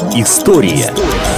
История.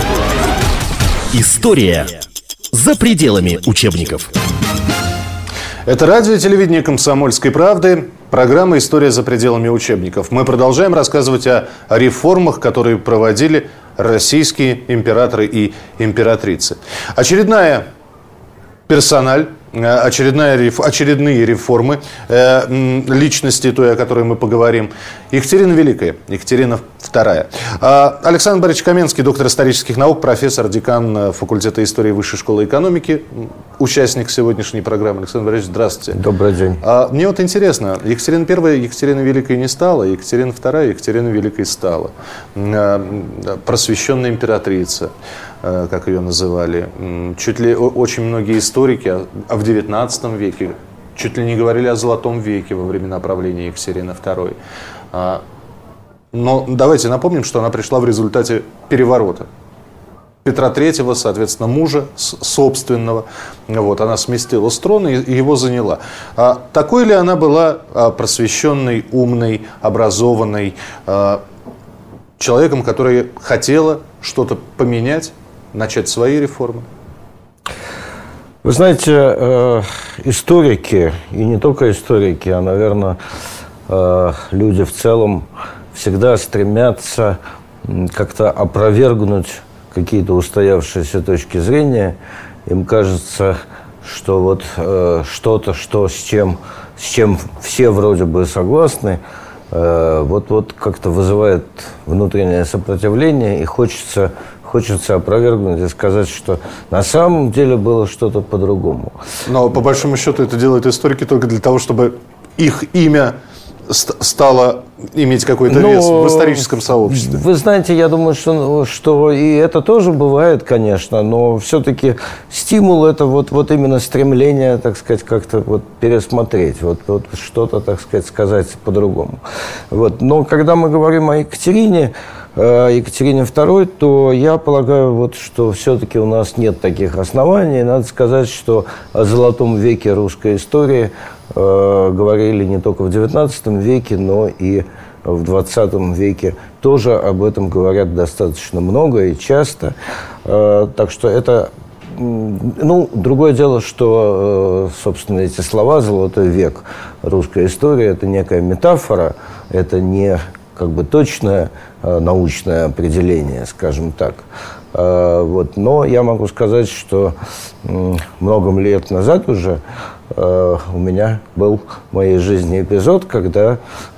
История за пределами учебников. Это радио и телевидение «Комсомольской правды». Программа «История за пределами учебников». Мы продолжаем рассказывать о реформах, которые проводили российские императоры и императрицы. Очередная персональ, очередные реформы личности, той, о которой мы поговорим. Екатерина Великая, Екатерина II. Александр Борисович Каменский, доктор исторических наук, профессор, декан факультета истории Высшей школы экономики, участник сегодняшней программы. Александр Борисович, здравствуйте. Добрый день. Мне вот интересно, Екатерина I Екатерина Великой не стала, Екатерина II Екатерина Великой стала. Просвещенная императрица, как ее называли. Чуть ли очень многие историки в XIX веке чуть ли не говорили о Золотом веке во времена правления Екатерины II. Но давайте напомним, что она пришла в результате переворота Петра III, соответственно, мужа собственного. Вот, она сместила с трона и его заняла. Такой ли она была просвещенной, умной, образованной, человеком, который хотела что-то поменять, начать свои реформы? Вы знаете, историки, и не только историки, а, наверное, люди в целом всегда стремятся как-то опровергнуть какие-то устоявшиеся точки зрения. Им кажется, что вот что-то, с чем все вроде бы согласны, вот как-то вызывает внутреннее сопротивление, и хочется опровергнуть и сказать, что на самом деле было что-то по-другому. Но по большому счету это делают историки только для того, чтобы их имя стало иметь какой-то вес в историческом сообществе. Вы знаете, я думаю, что и это тоже бывает, конечно, но все-таки стимул – это вот именно стремление, так сказать, как-то вот пересмотреть, вот что-то, так сказать по-другому. Вот. Но когда мы говорим о Екатерине II, то я полагаю, что все-таки у нас нет таких оснований. Надо сказать, что о Золотом веке русской истории говорили не только в XIX веке, но и в XX веке. Тоже об этом говорят достаточно много и часто. Так что это... другое дело, что, собственно, эти слова «Золотой век русской истории» – это некая метафора, это не точное научное определение, скажем так. Но я могу сказать, что много лет назад уже у меня был в моей жизни эпизод, когда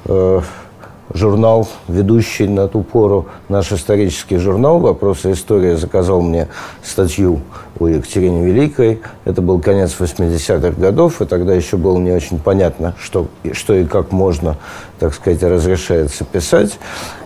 журнал, ведущий на ту пору наш исторический журнал «Вопросы истории», заказал мне статью о Екатерине Великой. Это был конец 80-х годов, и тогда еще было не очень понятно, что и как можно, так сказать, разрешается писать.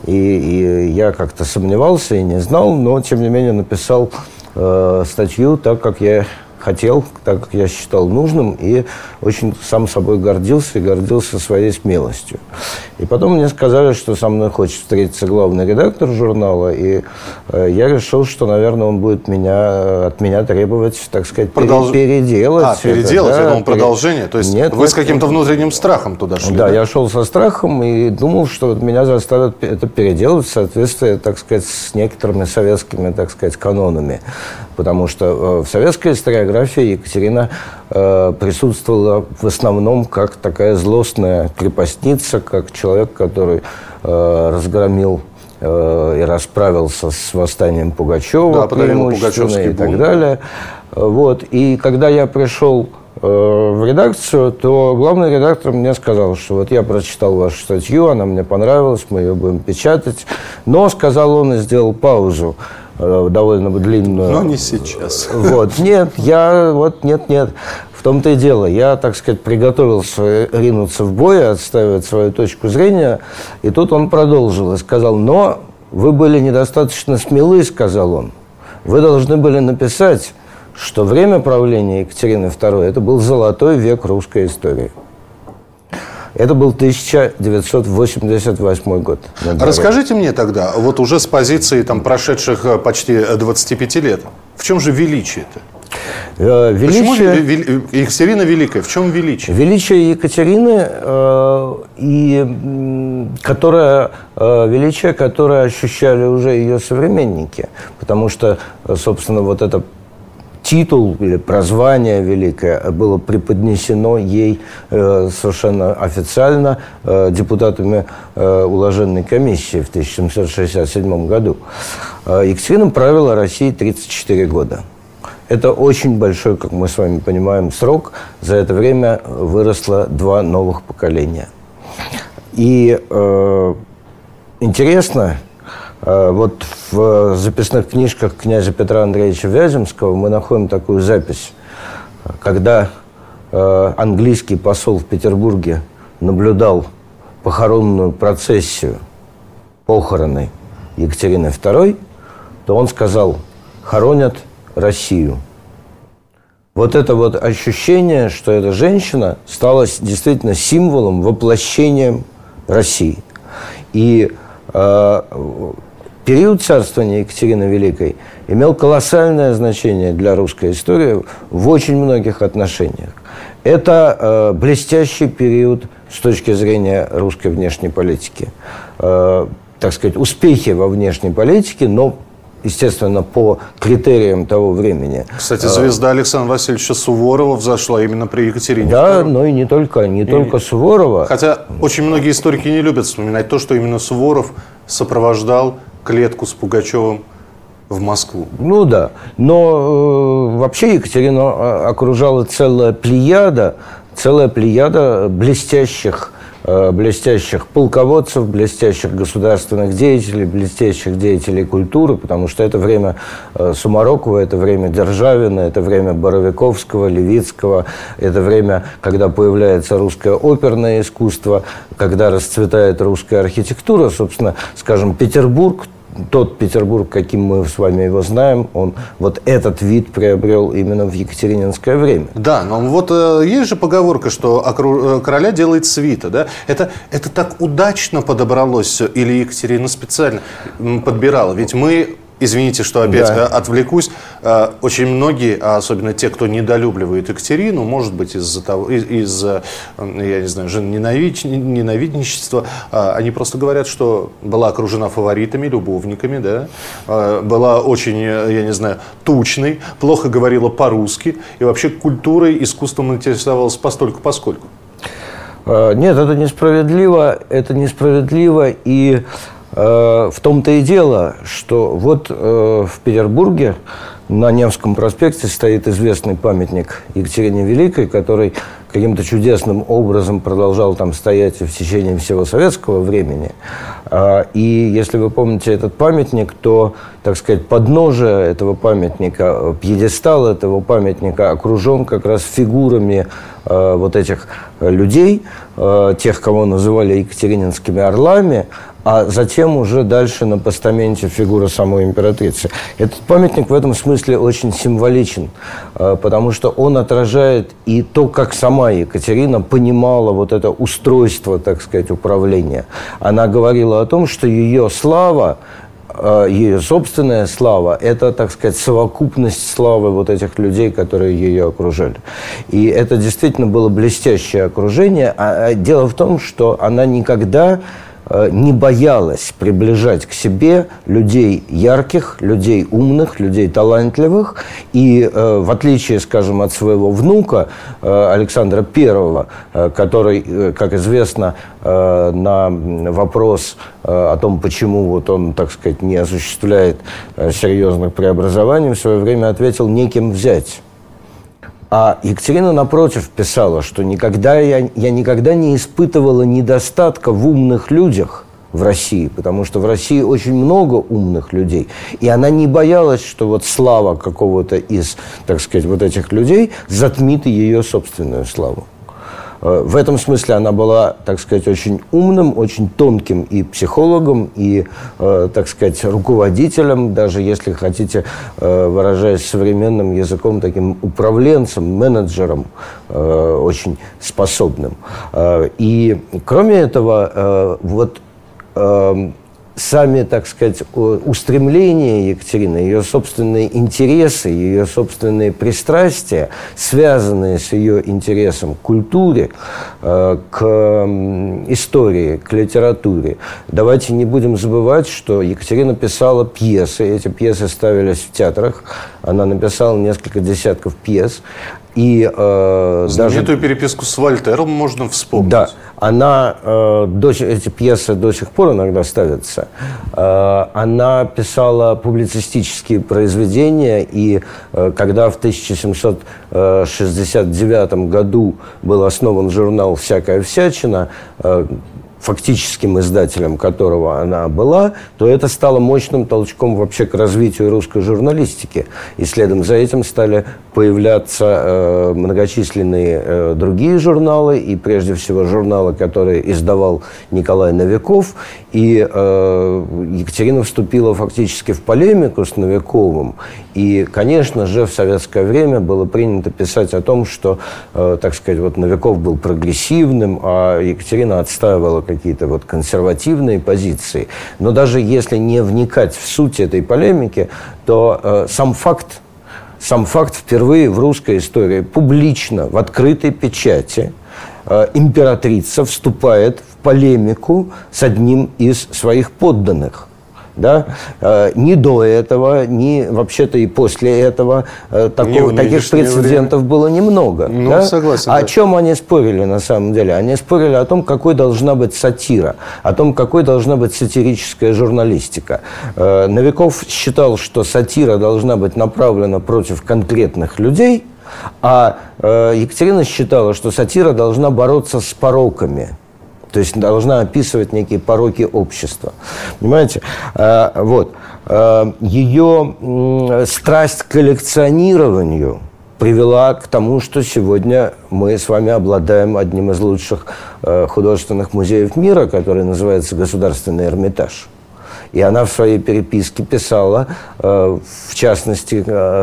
И я как-то сомневался и не знал, но, тем не менее, написал статью так, как я хотел, так как я считал нужным, и очень сам собой гордился, и гордился своей смелостью. И потом мне сказали, что со мной хочет встретиться главный редактор журнала, и я решил, что, наверное, он будет от меня требовать, так сказать, переделать. Переделать? Я думал, продолжение? То есть вы с каким-то внутренним страхом туда шли? Да, я шел со страхом и думал, что меня заставят это переделать в соответствии, так сказать, с некоторыми советскими, так сказать, канонами. Потому что в советской историографии Екатерина присутствовала в основном как такая злостная крепостница, как человек, который разгромил и расправился с восстанием Пугачева, преимущественно, и так далее. Вот. И когда я пришел в редакцию, то главный редактор мне сказал, что вот я прочитал вашу статью, она мне понравилась, мы ее будем печатать. Но, сказал он, и сделал паузу довольно длинную. Но не сейчас. Нет. В том-то и дело. Я, так сказать, приготовился ринуться в бой, отстаивать свою точку зрения. И тут он продолжил и сказал: но вы были недостаточно смелы, сказал он. Вы должны были написать, что время правления Екатерины II – это был золотой век русской истории. Это был 1988 год. Расскажите мне тогда, вот уже с позиции прошедших почти 25 лет, в чем же величие-то? Почему Екатерина Великая? В чем величие? Величие Екатерины, величие, которое ощущали уже ее современники. Потому что, собственно, вот это титул или прозвание великое было преподнесено ей совершенно официально депутатами уложенной комиссии в 1767 году. Екатерина правила Россией 34 года. Это очень большой, как мы с вами понимаем, срок. За это время выросло 2 новых поколения. И интересно, вот в записных книжках князя Петра Андреевича Вяземского мы находим такую запись, когда английский посол в Петербурге наблюдал похоронную процессию, похороны Екатерины II, то он сказал: «Хоронят Россию». Вот это вот ощущение, что эта женщина стала действительно символом, воплощением России. И период царствования Екатерины Великой имел колоссальное значение для русской истории в очень многих отношениях. Это блестящий период с точки зрения русской внешней политики. Так сказать, успехи во внешней политике, но, естественно, по критериям того времени. Кстати, звезда Александра Васильевича Суворова взошла именно при Екатерине II. Да, но и не только Суворова. Хотя очень многие историки не любят вспоминать то, что именно Суворов сопровождал клетку с Пугачевым в Москву. Ну да, но вообще Екатерину окружала целая плеяда блестящих полководцев, блестящих государственных деятелей, блестящих деятелей культуры, потому что это время Сумарокова, это время Державина, это время Боровиковского, Левицкого, это время, когда появляется русское оперное искусство, когда расцветает русская архитектура. Собственно, скажем, Петербург, тот Петербург, каким мы с вами его знаем, он вот этот вид приобрел именно в екатерининское время. Да, но вот есть же поговорка, что короля делает свита, да? Это так удачно подобралось или Екатерина специально подбирала? Ведь мы... Извините, что опять отвлекусь. Очень многие, а особенно те, кто недолюбливает Екатерину, может быть, из-за я не знаю, ненавидничества, они просто говорят, что была окружена фаворитами, любовниками, да? Была очень, я не знаю, тучной, плохо говорила по-русски и вообще культурой, искусством интересовалась постольку-поскольку. Нет, это несправедливо, и в том-то и дело, что вот в Петербурге на Невском проспекте стоит известный памятник Екатерине Великой, который каким-то чудесным образом продолжал там стоять в течение всего советского времени. И если вы помните этот памятник, то, так сказать, подножие этого памятника, пьедестал этого памятника окружен как раз фигурами вот этих людей, тех, кого называли екатерининскими орлами, а затем уже дальше на постаменте фигура самой императрицы. Этот памятник в этом смысле очень символичен, потому что он отражает и то, как сама Екатерина понимала вот это устройство, так сказать, управления. Она говорила о том, что ее слава, ее собственная слава – это, так сказать, совокупность славы вот этих людей, которые ее окружали. И это действительно было блестящее окружение. А дело в том, что она никогда не боялась приближать к себе людей ярких, людей умных, людей талантливых. И в отличие, скажем, от своего внука Александра I, который, как известно, на вопрос о том, почему вот он, так сказать, не осуществляет серьезных преобразований, в свое время ответил: «Некем взять». А Екатерина, напротив, писала, что я никогда не испытывала недостатка в умных людях в России, потому что в России очень много умных людей. И она не боялась, что вот слава какого-то из, так сказать, вот этих людей затмит ее собственную славу. В этом смысле она была, так сказать, очень умным, очень тонким и психологом, и, так сказать, руководителем, даже если хотите, выражаясь современным языком, таким управленцем, менеджером, очень способным. И, кроме этого, вот сами, так сказать, устремления Екатерины, ее собственные интересы, ее собственные пристрастия, связанные с ее интересом к культуре, к истории, к литературе. Давайте не будем забывать, что Екатерина писала пьесы, эти пьесы ставились в театрах, она написала несколько десятков пьес. И, знаменитую переписку с Вольтером можно вспомнить. Да, эти пьесы до сих пор иногда ставятся. Она писала публицистические произведения, и когда в 1769 году был основан журнал «Всякая всячина», фактическим издателем которого она была, то это стало мощным толчком вообще к развитию русской журналистики. И следом за этим стали появляться многочисленные другие журналы, и прежде всего журналы, которые издавал Николай Новиков. И Екатерина вступила фактически в полемику с Новиковым. И, конечно же, в советское время было принято писать о том, что, так сказать, вот Новиков был прогрессивным, а Екатерина отстаивала какие-то вот консервативные позиции. Но даже если не вникать в суть этой полемики, то сам факт впервые в русской истории публично, в открытой печати, императрица вступает в полемику с одним из своих подданных. Да? Ни до этого, ни вообще-то и после этого таких прецедентов было немного. Ну, да? согласен. О чем они спорили на самом деле? Они спорили о том, какой должна быть сатира, о том, какой должна быть сатирическая журналистика. Новиков считал, что сатира должна быть направлена против конкретных людей, а Екатерина считала, что сатира должна бороться с пороками. То есть должна описывать некие пороки общества. Понимаете? Вот. Ее страсть к коллекционированию привела к тому, что сегодня мы с вами обладаем одним из лучших художественных музеев мира, который называется Государственный Эрмитаж. И она в своей переписке писала, в частности,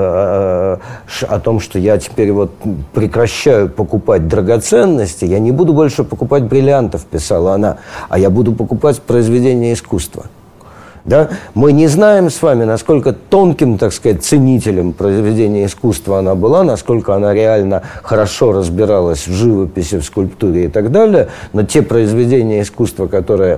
о том, что я теперь вот прекращаю покупать драгоценности, я не буду больше покупать бриллиантов, писала она, а я буду покупать произведения искусства. Да? Мы не знаем с вами, насколько тонким, так сказать, ценителем произведения искусства она была, насколько она реально хорошо разбиралась в живописи, в скульптуре и так далее, но те произведения искусства, которые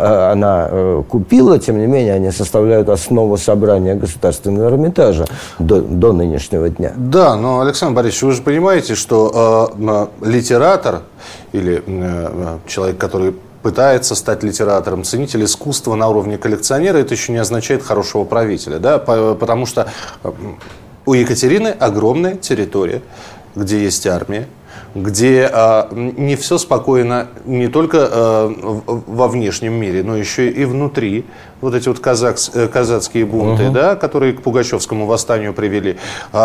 она купила, тем не менее, они составляют основу собрания Государственного Эрмитажа до нынешнего дня. Да, но, Александр Борисович, вы же понимаете, что литератор или человек, который пытается стать литератором, ценитель искусства на уровне коллекционера, это еще не означает хорошего правителя, да? Потому что у Екатерины огромная территория, где есть армия, где не все спокойно не только во внешнем мире, но еще и внутри. Вот эти вот казацкие бунты, да, которые к Пугачевскому восстанию привели.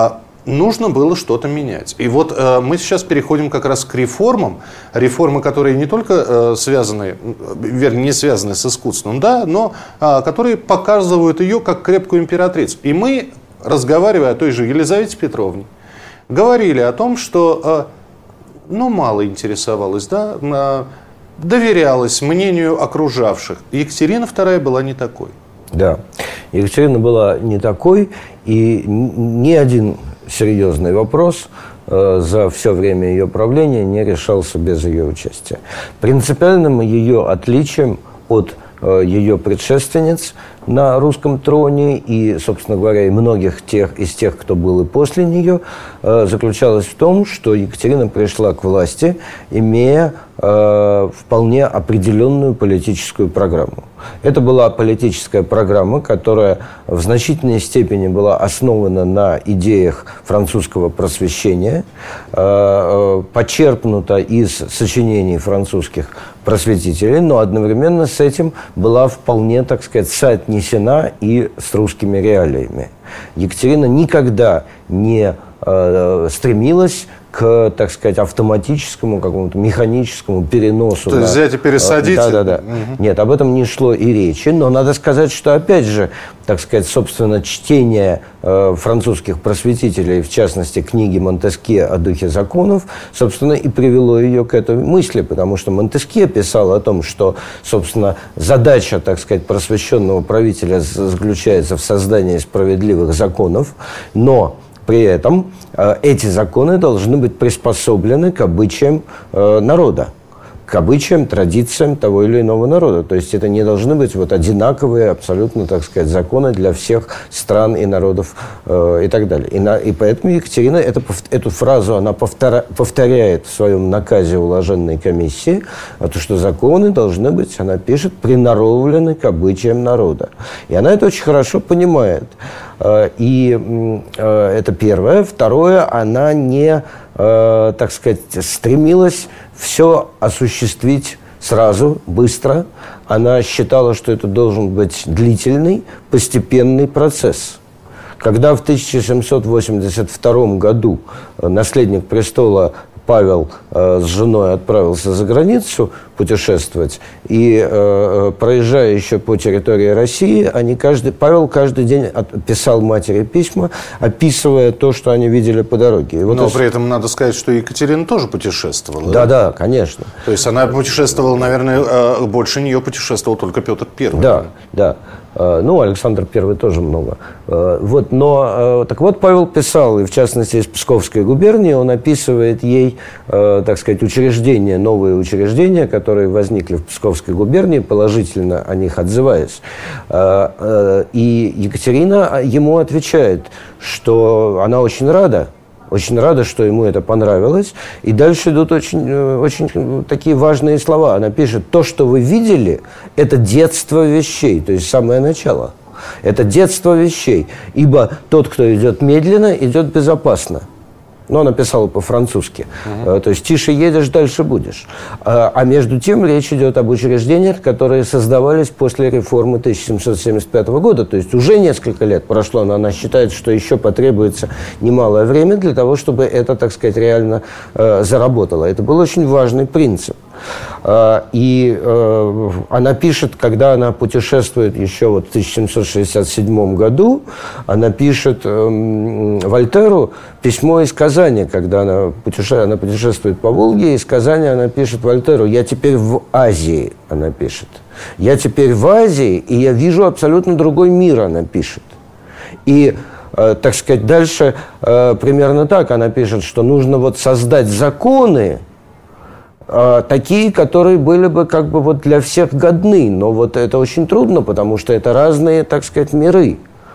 Нужно было что-то менять. И вот мы сейчас переходим как раз к реформам. Реформы, которые не только связаны, вернее, не связаны с искусством, да, но которые показывают ее как крепкую императрицу. И мы, разговаривая о той же Елизавете Петровне, говорили о том, что мало интересовалась, да, доверялась мнению окружавших. Екатерина II была не такой. Да, Екатерина была не такой, и ни один серьезный вопрос за все время ее правления не решался без ее участия. Принципиальным ее отличием от ее предшественниц на русском троне и, собственно говоря, и многих из тех, кто был и после нее, заключалось в том, что Екатерина пришла к власти, имея вполне определенную политическую программу. Это была политическая программа, которая в значительной степени была основана на идеях французского просвещения, почерпнута из сочинений французских просветителей, но одновременно с этим была вполне, так сказать, соотнесена и с русскими реалиями. Екатерина никогда не стремилась к, так сказать, автоматическому, какому-то механическому переносу. То есть взять и пересадить? Да. Угу. Нет, об этом не шло и речи. Но надо сказать, что, опять же, так сказать, собственно, чтение французских просветителей, в частности, книги Монтескье о духе законов, собственно, и привело ее к этой мысли. Потому что Монтескье писал о том, что, собственно, задача, так сказать, просвещенного правителя заключается в создании справедливых законов, но при этом эти законы должны быть приспособлены к обычаям народа, к обычаям, традициям того или иного народа. То есть это не должны быть вот одинаковые абсолютно, так сказать, законы для всех стран и народов и так далее. И поэтому Екатерина эту фразу она повторяет в своем наказе уложенной комиссии, то, что законы должны быть, она пишет, приноровлены к обычаям народа. И она это очень хорошо понимает. И это первое. Второе, она не, так сказать, стремилась все осуществить сразу, быстро. Она считала, что это должен быть длительный, постепенный процесс. Когда в 1782 году наследник престола Павел с женой отправился за границу путешествовать, и, проезжая еще по территории России, Павел каждый день писал матери письма, описывая то, что они видели по дороге. Но при этом надо сказать, что Екатерина тоже путешествовала. Да, конечно. То есть она путешествовала, наверное, больше нее путешествовал только Петр I. Да. Ну, Александр I тоже много. Так вот, Павел писал, и в частности из Псковской губернии, он описывает ей, так сказать, новые учреждения, которые возникли в Псковской губернии, положительно о них отзываясь. И Екатерина ему отвечает, что она очень рада, что ему это понравилось. И дальше идут очень такие важные слова. Она пишет: то, что вы видели, это детство вещей, то есть самое начало. Это детство вещей, ибо тот, кто идет медленно, идет безопасно. Но она писала по-французски. То есть тише едешь, дальше будешь. А между тем речь идет об учреждениях, которые создавались после реформы 1775 года. То есть уже несколько лет прошло, но она считает, что еще потребуется немалое время для того, чтобы это, так сказать, реально заработало. Это был очень важный принцип. И она пишет, когда она путешествует еще в 1767 году, она пишет Вольтеру письмо из Казани, когда она путешествует по Волге, из Казани она пишет Вольтеру: «Я теперь в Азии», она пишет. «Я теперь в Азии, и я вижу абсолютно другой мир», она пишет. И, так сказать, дальше примерно так она пишет, что нужно создать законы, такие, которые были бы как бы для всех годны. Но это очень трудно, потому что это разные, так сказать, миры.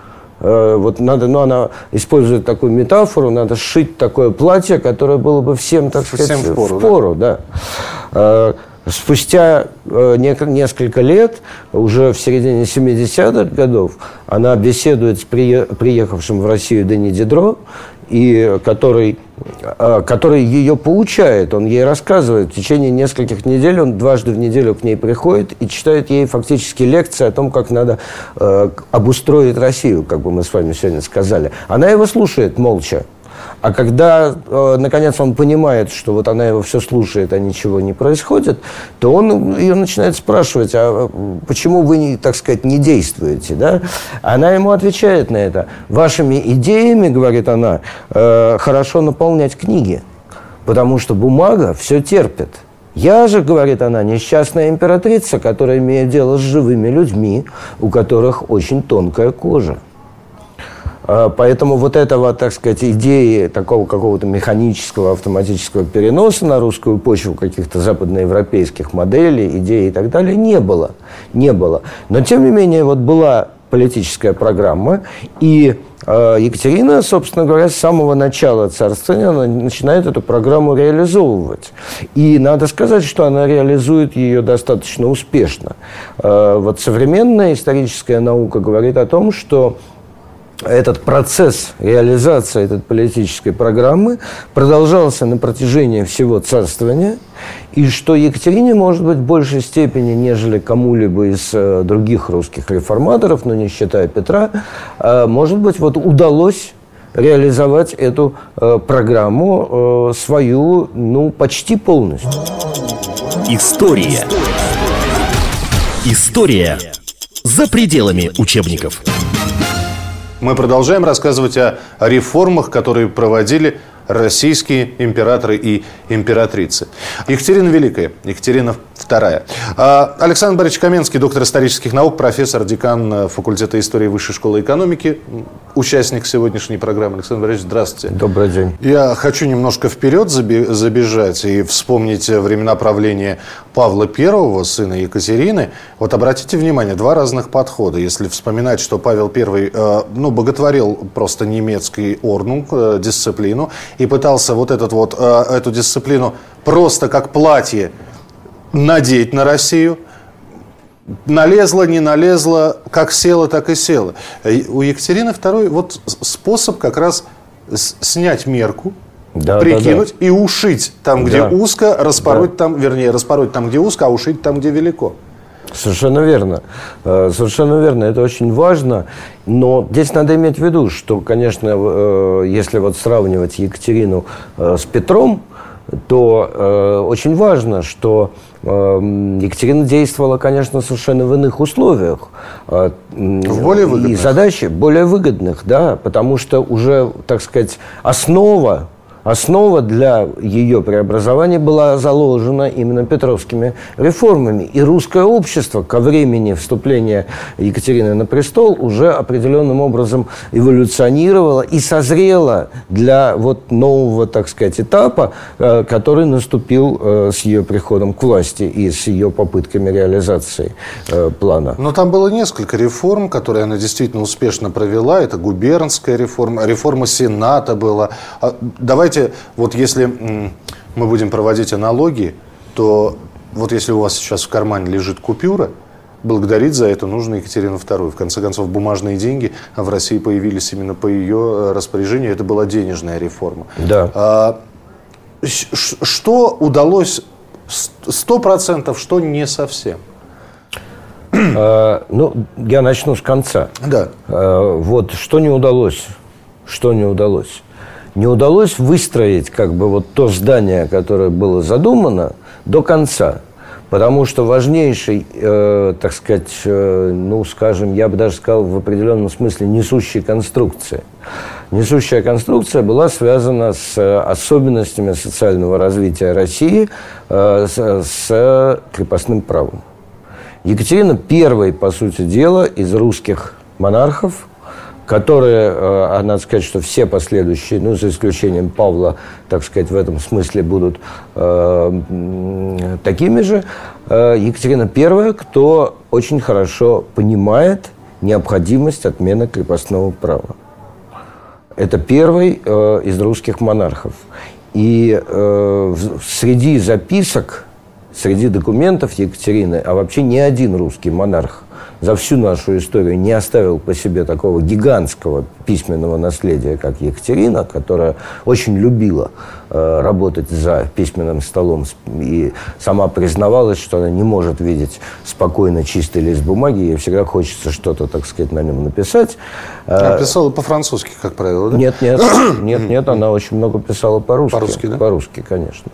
Она использует такую метафору, надо сшить такое платье, которое было бы всем, так сказать, впору. Да. Спустя несколько лет, уже в середине 70-х годов, она беседует с приехавшим в Россию Дени Дидро, и который ее поучает, он ей рассказывает. В течение нескольких недель он дважды в неделю к ней приходит и читает ей фактически лекции о том, как надо обустроить Россию, как бы мы с вами сегодня сказали. Она его слушает молча. А когда, наконец, он понимает, что она его все слушает, а ничего не происходит, то он ее начинает спрашивать: а почему вы, так сказать, не действуете? Да? Она ему отвечает на это: вашими идеями, говорит она, хорошо наполнять книги, потому что бумага все терпит. Я же, говорит она, несчастная императрица, которая имеет дело с живыми людьми, у которых очень тонкая кожа. Поэтому этого, так сказать, идеи такого какого-то механического, автоматического переноса на русскую почву каких-то западноевропейских моделей, идей и так далее не было. Но, тем не менее, была политическая программа, и Екатерина, собственно говоря, с самого начала царствования она начинает эту программу реализовывать. И надо сказать, что она реализует ее достаточно успешно. Современная историческая наука говорит о том, что этот процесс реализации этой политической программы продолжался на протяжении всего царствования, и что Екатерине, может быть, в большей степени, нежели кому-либо из других русских реформаторов, но не считая Петра, может быть, удалось реализовать эту программу свою, почти полностью. История. История за пределами учебников. Мы продолжаем рассказывать о реформах, которые проводили российские императоры и императрицы. Екатерина Великая, Екатерина II. Александр Борисович Каменский, доктор исторических наук, профессор, декан факультета истории Высшей школы экономики, участник сегодняшней программы. Александр Борисович, здравствуйте. Добрый день. Я хочу немножко вперед забежать и вспомнить времена правления Павла I, сына Екатерины. Вот обратите внимание, два разных подхода. Если вспоминать, что Павел I боготворил просто немецкий орднунг, дисциплину, и пытался эту дисциплину просто как платье надеть на Россию. Налезла, не налезла, как села, так и села. У Екатерины II способ как раз снять мерку, прикинуть и ушить там, где узко, распороть там, распороть там, где узко, а ушить там, где велико. Совершенно верно. Совершенно верно. Это очень важно. Но здесь надо иметь в виду, что, конечно, если сравнивать Екатерину с Петром, то очень важно, что Екатерина действовала, конечно, совершенно в иных условиях. В более выгодных. И задачи более выгодных, да, потому что уже, так сказать, основа для ее преобразования была заложена именно петровскими реформами. И русское общество ко времени вступления Екатерины на престол уже определенным образом эволюционировало и созрело для нового, так сказать, этапа, который наступил с ее приходом к власти и с ее попытками реализации плана. Но там было несколько реформ, которые она действительно успешно провела. Это губернская реформа, реформа Сената была. Давайте, если мы будем проводить аналогии, то если у вас сейчас в кармане лежит купюра, благодарить за это нужно Екатерину II. В конце концов, бумажные деньги в России появились именно по ее распоряжению. Это была денежная реформа. Да. Что удалось 100%, что не совсем? Я начну с конца. Да. Что не удалось? Не удалось выстроить то здание, которое было задумано, до конца. Потому что важнейшей, так сказать, я бы даже сказал, в определенном смысле несущей конструкции. Несущая конструкция была связана с особенностями социального развития России, с крепостным правом. Екатерина I, по сути дела, из русских монархов, которые, надо сказать, что все последующие, за исключением Павла, так сказать, в этом смысле будут такими же. Екатерина I, кто очень хорошо понимает необходимость отмены крепостного права. Это первый из русских монархов. И среди записок, среди документов Екатерины, а вообще ни один русский монарх за всю нашу историю не оставил по себе такого гигантского письменного наследия, как Екатерина, которая очень любила работать за письменным столом и сама признавалась, что она не может видеть спокойно чистый лист бумаги, ей всегда хочется что-то, так сказать, на нем написать. Писала по-французски, как правило, да? Нет, она очень много писала по-русски. По-русски, да? По-русски, конечно.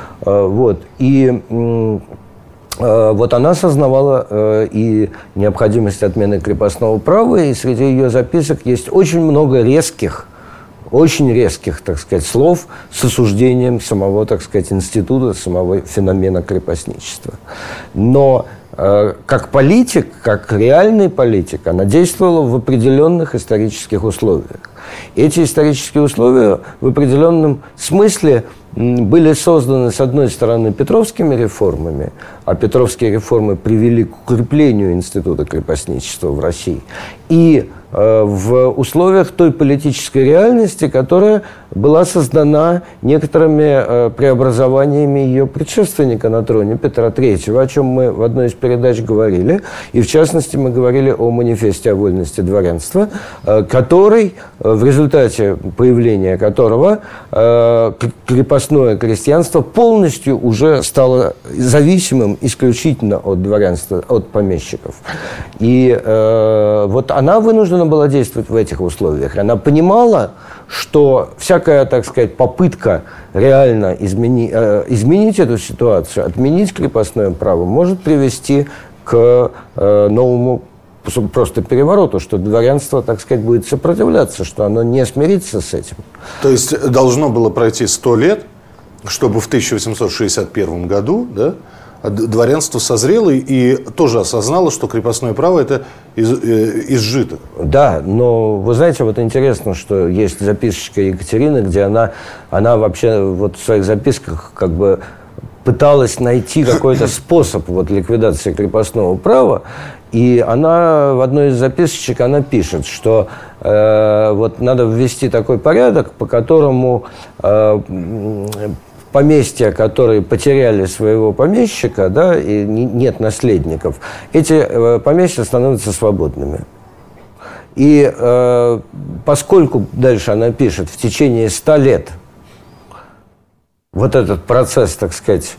Она осознавала и необходимость отмены крепостного права, и среди ее записок есть очень много очень резких, так сказать, слов с осуждением самого, так сказать, института, самого феномена крепостничества. Но как политик, как реальный политик, она действовала в определенных исторических условиях. Эти исторические условия в определенном смысле были созданы, с одной стороны, петровскими реформами, а петровские реформы привели к укреплению института крепостничества в России, и в условиях той политической реальности, которая была создана некоторыми преобразованиями ее предшественника на троне Петра III, о чем мы в одной из передач говорили. И, в частности, мы говорили о манифесте о вольности дворянства, который в результате появления которого крепостное крестьянство полностью уже стало зависимым исключительно от дворянства, от помещиков. И вот она вынуждена была действовать в этих условиях. Она понимала, что всякая, так сказать, попытка реально изменить эту ситуацию, отменить крепостное право, может привести к новому просто перевороту, что дворянство, так сказать, будет сопротивляться, что оно не смирится с этим. То есть должно было пройти 100 лет, чтобы в 1861 году, да, дворянство созрело и тоже осознало, что крепостное право – это изжиток. Да, но вы знаете, вот интересно, что есть записочка Екатерины, где она вообще вот в своих записках как бы пыталась найти какой-то способ вот ликвидации крепостного права, и она в одной из записочек она пишет, что вот надо ввести такой порядок, по которому поместья, которые потеряли своего помещика, да, и нет наследников, эти поместья становятся свободными. И поскольку, дальше она пишет, в течение 100 лет вот этот процесс, так сказать,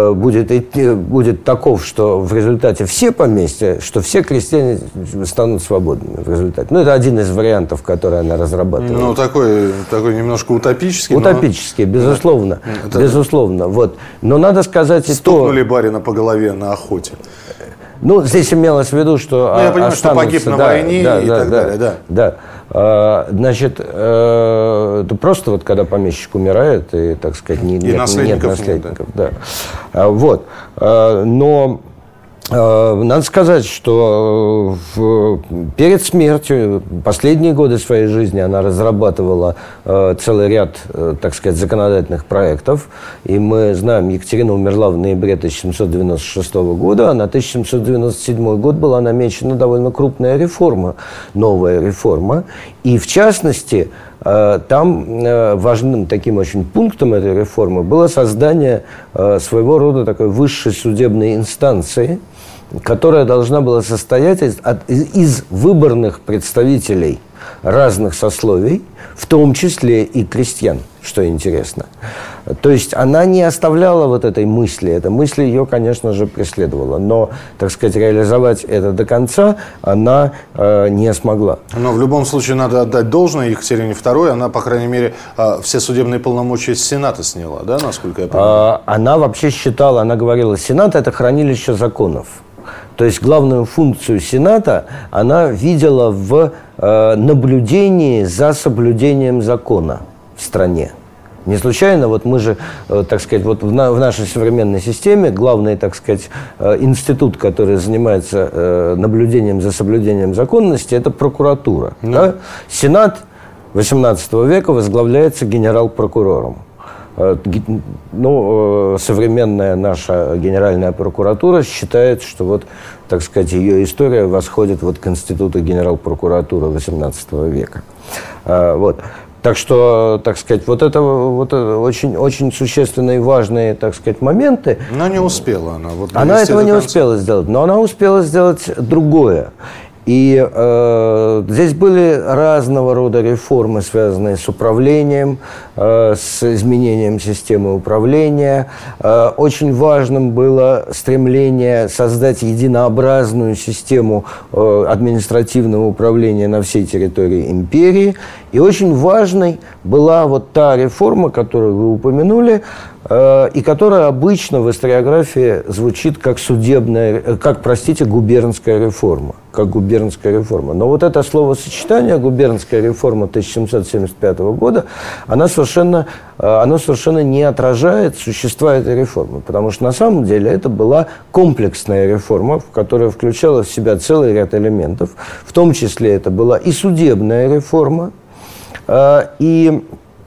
будет таков, что в результате все поместья, что все крестьяне станут свободными в результате. Ну, это один из вариантов, который она разрабатывает. Ну, такой немножко утопический. Утопический, безусловно. Да. Безусловно. Вот. Но надо сказать и то... Стукнули барина по голове на охоте. Ну, здесь имелось в виду, что... Ну, я понимаю, что погиб на войне и так далее. Да. Значит, это просто вот когда помещик умирает, и, так сказать, нет наследников. Да. Вот. Но надо сказать, что перед смертью, последние годы своей жизни она разрабатывала целый ряд, так сказать, законодательных проектов. И мы знаем, Екатерина умерла в ноябре 1796 года, а на 1797 год была намечена довольно крупная реформа, новая реформа. И в частности, там важным таким очень пунктом этой реформы было создание своего рода такой высшей судебной инстанции, которая должна была состоять из выборных представителей разных сословий, в том числе и крестьян, что интересно. То есть она не оставляла вот этой мысли, эта мысль ее, конечно же, преследовала, но, так сказать, реализовать это до конца она не смогла. Но в любом случае надо отдать должное Екатерине II, она, по крайней мере, все судебные полномочия с Сената сняла, да, насколько я понимаю? Она вообще считала, она говорила, Сенат – это хранилище законов. То есть главную функцию Сената она видела в наблюдении за соблюдением закона в стране. Не случайно, вот мы же, так сказать, вот в нашей современной системе главный, так сказать, институт, который занимается наблюдением за соблюдением законности, это прокуратура. Да? Сенат XVIII века возглавляется генерал-прокурором. Ну, современная наша Генеральная прокуратура считает, что вот, так сказать, ее история восходит вот к институту генерал-прокуратуры XVIII века. Вот. Так что, так сказать, вот это очень, очень существенные и важные, так сказать, моменты. Но не успела она. Вот она этого не успела сделать, но она успела сделать другое. И здесь были разного рода реформы, связанные с управлением, с изменением системы управления. Очень важным было стремление создать единообразную систему административного управления на всей территории империи. И очень важной была вот та реформа, которую вы упомянули, и которая обычно в историографии звучит как губернская реформа. Как губернская реформа. Но вот это словосочетание «губернская реформа» 1775 года, оно совершенно не отражает существа этой реформы. Потому что на самом деле это была комплексная реформа, которая включала в себя целый ряд элементов. В том числе это была и судебная реформа, и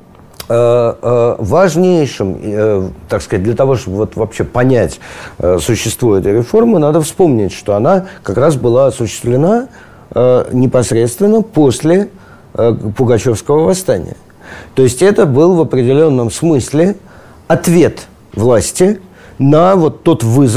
важнейшим, так сказать, для того, чтобы вот вообще понять существо этой реформы, надо вспомнить, что она как раз была осуществлена непосредственно после Пугачевского восстания. То есть это был в определенном смысле ответ власти на вот тот вызов,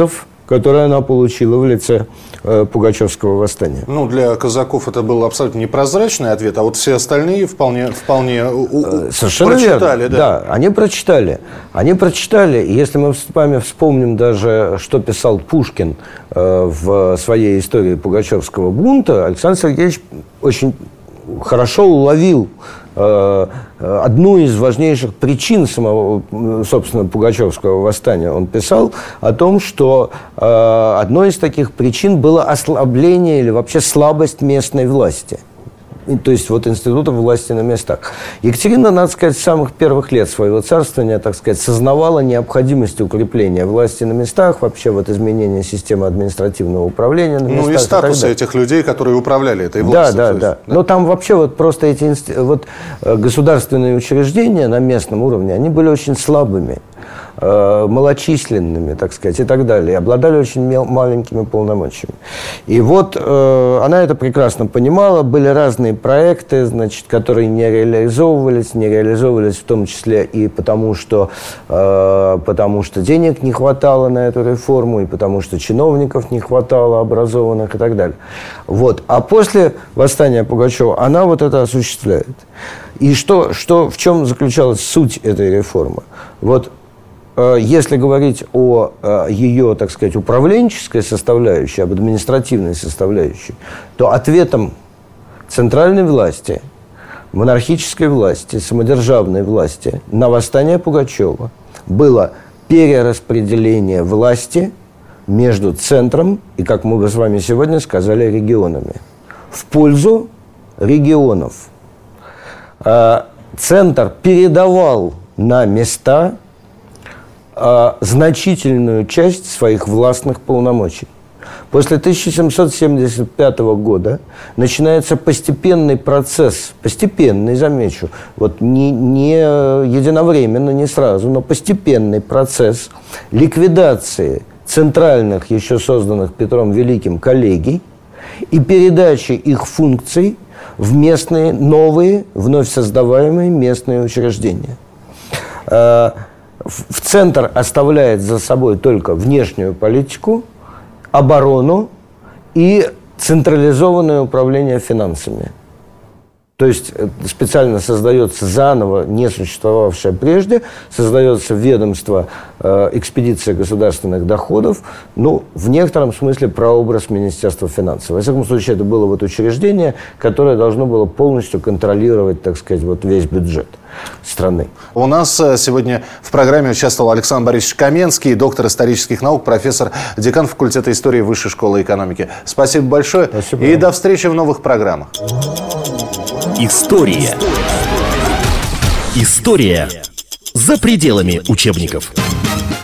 которое она получила в лице Пугачевского восстания. Ну, для казаков это был абсолютно непрозрачный ответ, а вот все остальные вполне совершенно прочитали. Верно. Да, они прочитали. И если мы с вами вспомним даже, что писал Пушкин в своей истории Пугачевского бунта, Александр Сергеевич очень хорошо уловил одну из важнейших причин самого, собственно, Пугачевского восстания. Он писал о том, что одной из таких причин было ослабление или вообще слабость местной власти. То есть вот институтов власти на местах. Екатерина, надо сказать, с самых первых лет своего царствования, так сказать, сознавала необходимость укрепления власти на местах, вообще вот изменения системы административного управления на местах. Ну и статуса этих людей, которые управляли этой властью. Да. Но там вообще вот просто эти государственные учреждения на местном уровне, они были очень слабыми, малочисленными, так сказать, и так далее. Обладали очень маленькими полномочиями. И вот она это прекрасно понимала. Были разные проекты, значит, которые не реализовывались в том числе и потому что денег не хватало на эту реформу, и потому что чиновников не хватало, образованных и так далее. Вот. А после восстания Пугачева она вот это осуществляет. И в чем заключалась суть этой реформы? Вот если говорить о ее, так сказать, управленческой составляющей, об административной составляющей, то ответом центральной власти, монархической власти, самодержавной власти на восстание Пугачева было перераспределение власти между центром и, как мы бы с вами сегодня сказали, регионами. В пользу регионов. Центр передавал на места значительную часть своих властных полномочий. После 1775 года начинается постепенный процесс, постепенный, замечу, вот не единовременно, не сразу, но постепенный процесс ликвидации центральных, еще созданных Петром Великим, коллегий и передачи их функций в местные, новые, вновь создаваемые местные учреждения. В центр оставляет за собой только внешнюю политику, оборону и централизованное управление финансами. То есть специально создается заново, не существовавшее прежде, создается ведомство экспедиции государственных доходов, ну, в некотором смысле прообраз Министерства финансов. Во всяком случае, это было вот учреждение, которое должно было полностью контролировать, так сказать, вот весь бюджет страны. У нас сегодня в программе участвовал Александр Борисович Каменский, доктор исторических наук, профессор, декан факультета истории Высшей школы экономики. Спасибо большое. Спасибо. И до встречи в новых программах. История за пределами учебников.